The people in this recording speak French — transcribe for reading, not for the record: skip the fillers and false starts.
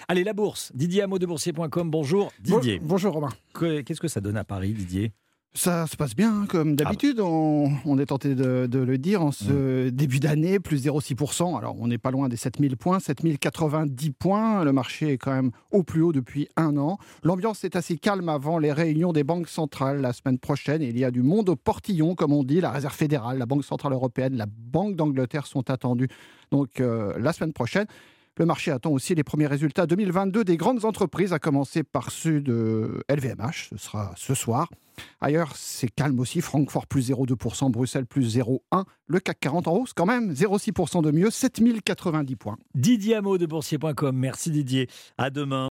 Allez, la bourse. Didier Hameau de boursier.com. Bonjour Didier. Bonjour Romain. Qu'est-ce que ça donne à Paris, Didier ? Ça se passe bien, comme d'habitude. On est tenté de le dire en ce début d'année, plus 0,6%. Alors, on n'est pas loin des 7000 points, 7090 points. Le marché est quand même au plus haut depuis un an. L'ambiance est assez calme avant les réunions des banques centrales la semaine prochaine. Il y a du monde au portillon, comme on dit. La Réserve fédérale, la Banque centrale européenne, la Banque d'Angleterre sont attendus donc la semaine prochaine. Le marché attend aussi les premiers résultats 2022 des grandes entreprises, à commencer par ceux de LVMH. Ce sera ce soir. Ailleurs, c'est calme aussi. Francfort plus 0,2%, Bruxelles plus 0,1%. Le CAC 40 en hausse quand même, 0,6% de mieux, 7090 points. Didier Hameau de boursier.com. Merci Didier. À demain.